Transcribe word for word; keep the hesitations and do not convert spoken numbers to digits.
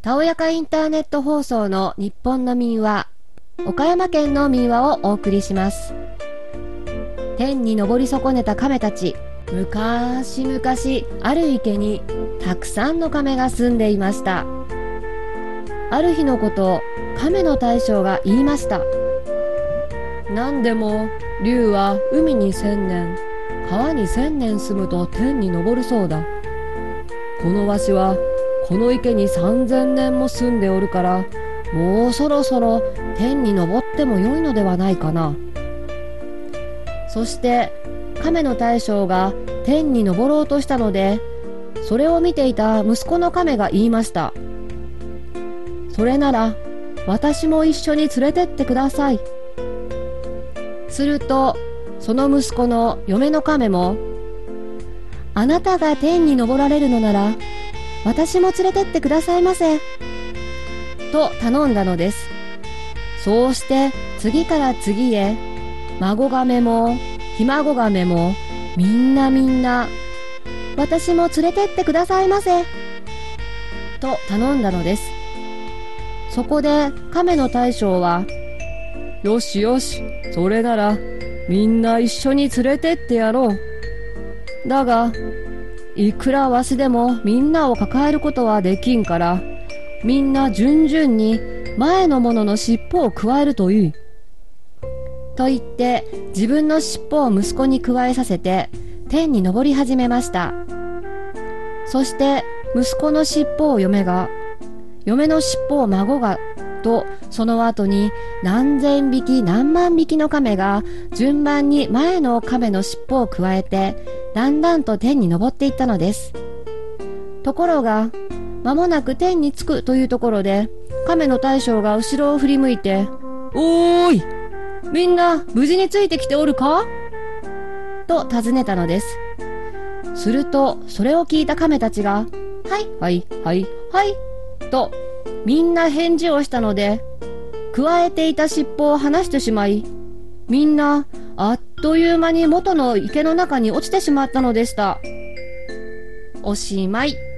たおやかインターネット放送の日本の民話、岡山県の民話をお送りします。天に昇り損ねた亀たち。むかしむかし、ある池にたくさんの亀が住んでいました。ある日のことを亀の大将が言いました。なんでも竜は海に千年、川に千年住むと天に昇るそうだ。このわしはこの池に三千年も住んでおるから、もうそろそろ天に昇ってもよいのではないかな。そして亀の大将が天に昇ろうとしたので、それを見ていた息子の亀が言いました。それなら私も一緒に連れてってください。するとその息子の嫁の亀も、あなたが天に昇られるのなら私も連れてってくださいませと頼んだのです。そうして次から次へ孫亀もひ孫亀もみんなみんな、私も連れてってくださいませと頼んだのです。そこで亀の大将は、よしよし、それならみんな一緒に連れてってやろう。だがいくらわしでもみんなを抱えることはできんから、みんな順々に前の者の尻尾をくわえるといい。と言って自分の尻尾を息子にくわえさせて天に昇り始めました。そして息子の尻尾を嫁が、嫁の尻尾を孫がと、その後に何千匹何万匹の亀が順番に前の亀の尻尾をくわえて、だんだんと天に昇っていったのです。ところが間もなく天に着くというところで、亀の大将が後ろを振り向いて、おーい、みんな無事についてきておるかと尋ねたのです。するとそれを聞いた亀たちが、はいはいはいはいとみんな返事をしたので、くわえていた尻尾を離してしまい、みんなあっという間に元の池の中に落ちてしまったのでした。おしまい。